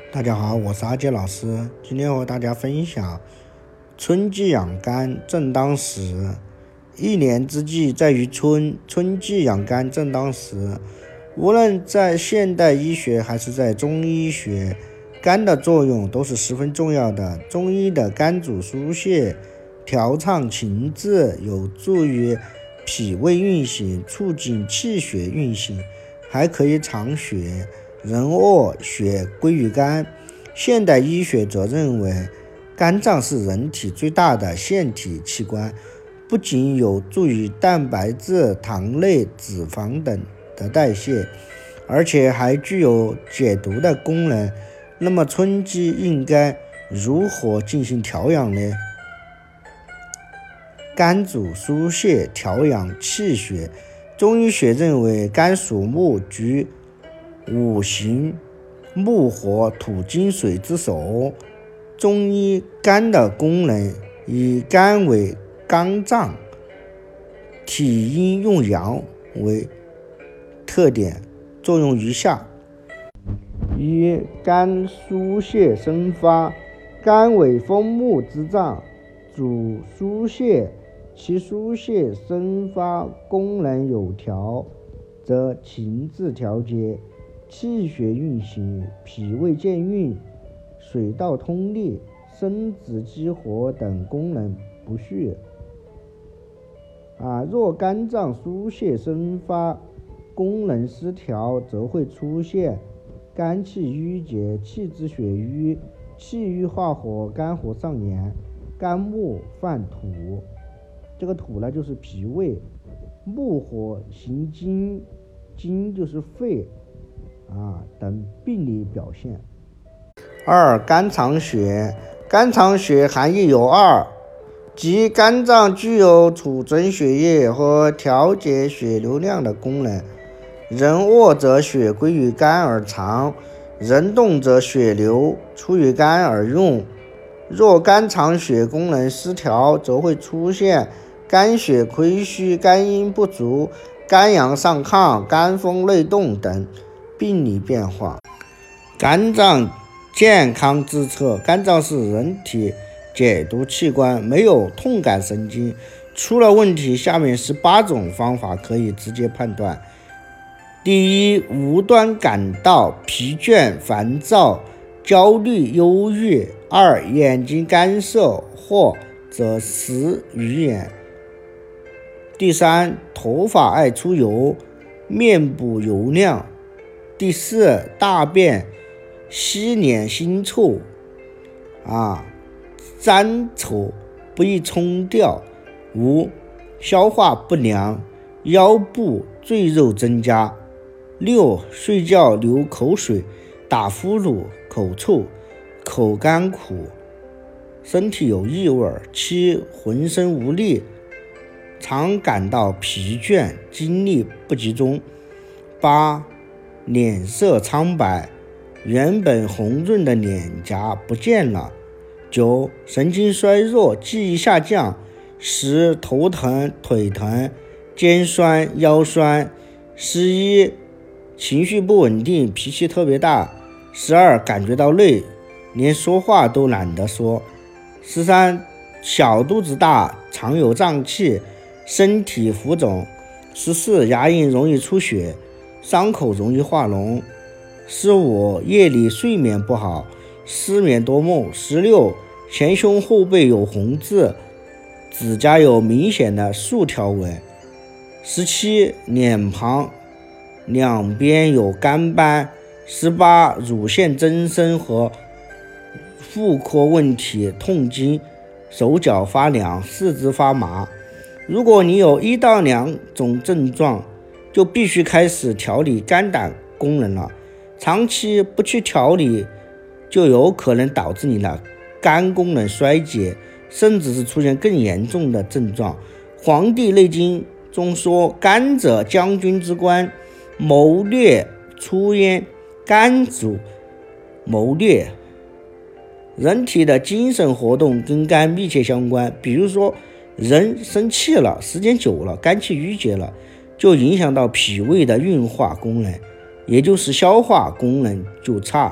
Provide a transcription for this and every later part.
大家好，我是阿杰老师。今天和大家分享春季养肝正当时。一年之计在于春，春季养肝正当时。无论在现代医学还是在中医学，肝的作用都是十分重要的。中医的肝主疏泄，调畅情志，有助于脾胃运行，促进气血运行，还可以藏血。人饿，血归于肝。现代医学则认为，肝脏是人体最大的腺体器官，不仅有助于蛋白质、糖类、脂肪等的代谢，而且还具有解毒的功能。那么春季应该如何进行调养呢？肝主疏泄，调养气血。中医学认为，肝属木，居五行木火土金水之首。中医肝的功能以肝为刚脏，体阴用阳为特点，作用如下：一、肝疏泄生发。肝为风木之脏，主疏泄，其疏泄生发功能有条，则情志调节，气血运行，脾胃健运，水道通利，生殖激活等功能不续。若肝脏疏泄生发功能失调，则会出现肝气郁结，气滞血瘀，气郁化火，肝火上炎，肝木犯土。这个土呢，就是脾胃，木火行金，金就是肺等病理表现。二、肝藏血。肝藏血含义有二，即肝脏具有储存血液和调节血流量的功能。人饿则血归于肝而藏，人动则血流出于肝而用。若肝藏血功能失调，则会出现肝血亏虚、肝阴不足、肝阳上亢、肝风内动等病理变化。肝脏健康之策。肝脏是人体解毒器官，没有痛感神经。出了问题，下面18种方法可以直接判断。第一，无端感到疲倦、烦躁、焦虑、忧郁。二，眼睛干涩或者时鱼眼。第三，头发爱出油，面部油亮。第四，大便稀黏腥臭，粘稠不易冲掉。五，消化不良，腰部赘肉增加。六，睡觉流口水，打呼噜，口臭，口干苦，身体有异味。七，浑身无力，常感到疲倦，精力不集中。八，脸色苍白，原本红润的脸颊不见了。九，神经衰弱，记忆下降。十，头疼、腿疼、肩酸、腰酸。11，情绪不稳定，脾气特别大。12，感觉到累，连说话都懒得说。13，小肚子大，常有胀气，身体浮肿。14，牙龈容易出血，伤口容易化脓。15，夜里睡眠不好，失眠多梦。16，前胸后背有红痣，指甲有明显的竖条纹。17，脸庞两边有干斑。18，乳腺增生和妇科问题，痛经，手脚发凉，四肢发麻。如果你有1到2种症状，就必须开始调理肝胆功能了。长期不去调理，就有可能导致你的肝功能衰竭，甚至是出现更严重的症状。黄帝内经中说，肝者将军之官，谋略出焉。肝主谋略，人体的精神活动跟肝密切相关。比如说，人生气了，时间久了，肝气郁结了，就影响到脾胃的运化功能，也就是消化功能就差。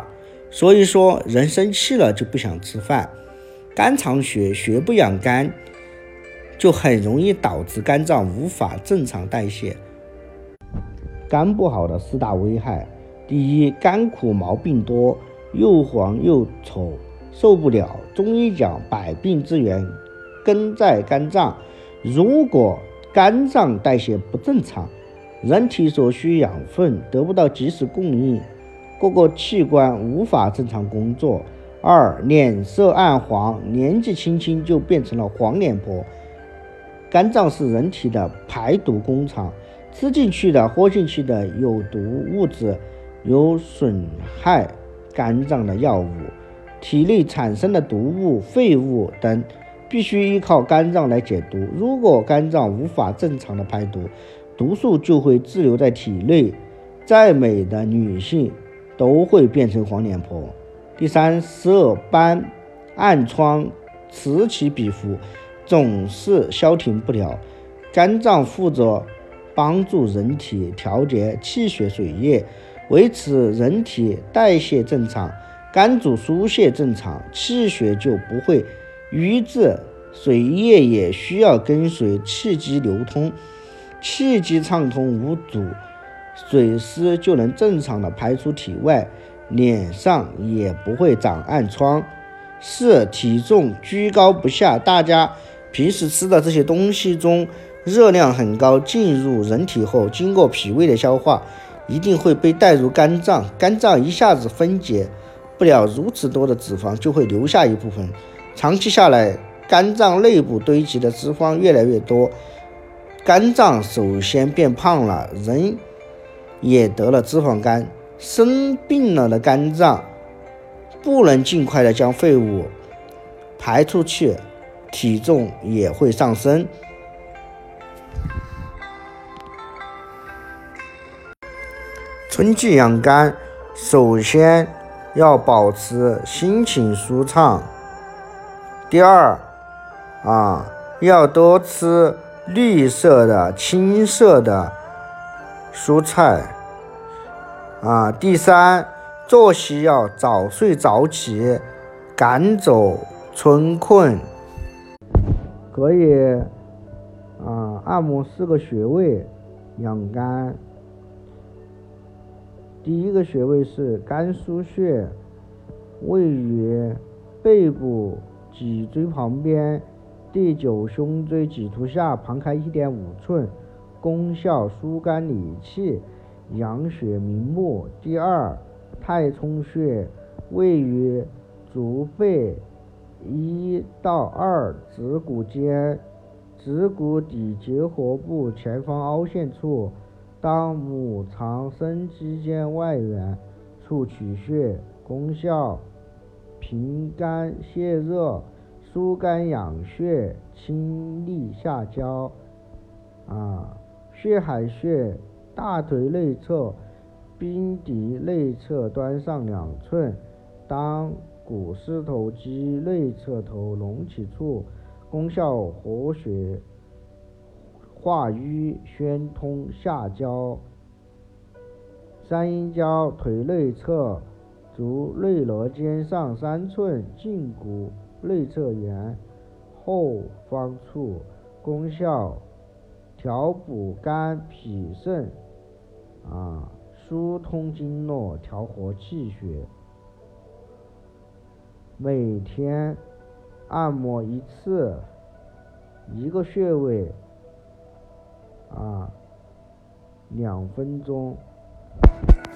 所以说人生气了就不想吃饭，肝藏血，血不养肝，就很容易导致肝脏无法正常代谢。肝不好的4大危害：第一，肝苦毛病多，又黄又丑，受不了。中医讲百病之源根在肝脏，如果肝脏代谢不正常，人体所需养分得不到及时供应，各个器官无法正常工作。二，脸色暗黄，年纪轻轻就变成了黄脸婆。肝脏是人体的排毒工厂，吃进去的、喝进去的有毒物质有损害肝脏的药物，体内产生的毒物、废物等必须依靠肝脏来解毒。如果肝脏无法正常的排毒，毒素就会滞留在体内，再美的女性都会变成黄脸婆。第三，色斑、暗疮、此起彼伏，总是消停不了。肝脏负责帮助人体调节气血水液，维持人体代谢正常，肝主疏泄正常，气血就不会瘀滞，水液也需要跟随气机流通，气机畅通无阻，水湿就能正常的排出体外，脸上也不会长暗疮。四，体重居高不下。大家平时吃的这些东西中热量很高，进入人体后经过脾胃的消化，一定会被带入肝脏，肝脏一下子分解不了如此多的脂肪，就会留下一部分，长期下来肝脏内部堆积的脂肪越来越多，肝脏首先变胖了，人也得了脂肪肝。生病了的肝脏不能尽快的将废物排出去，体重也会上升。春季养肝，首先要保持心情舒畅。第二，要多吃绿色的、青色的蔬菜。第三，作息要早睡早起，赶走春困。可以按摩4个穴位养肝。第一个穴位是肝腧穴，位于背部脊椎旁边第9胸椎棘突下旁开1.5寸，功效疏肝理气，养血明目。第二，太冲穴，位于足背1到2指骨间指骨底结合部前方凹陷处，当母长伸肌腱外缘处取穴，功效平肝泻热，疏肝养血，清利下焦。血海穴，大腿内侧髌底内侧端上2寸，当股四头肌内侧头隆起处，功效活血化瘀，宣通下焦。三阴交，腿内侧足内肋间上3寸，胫骨内侧缘后方处，功效调补肝脾肾，疏通经络，调和气血。每天按摩1次，1个穴位2分钟。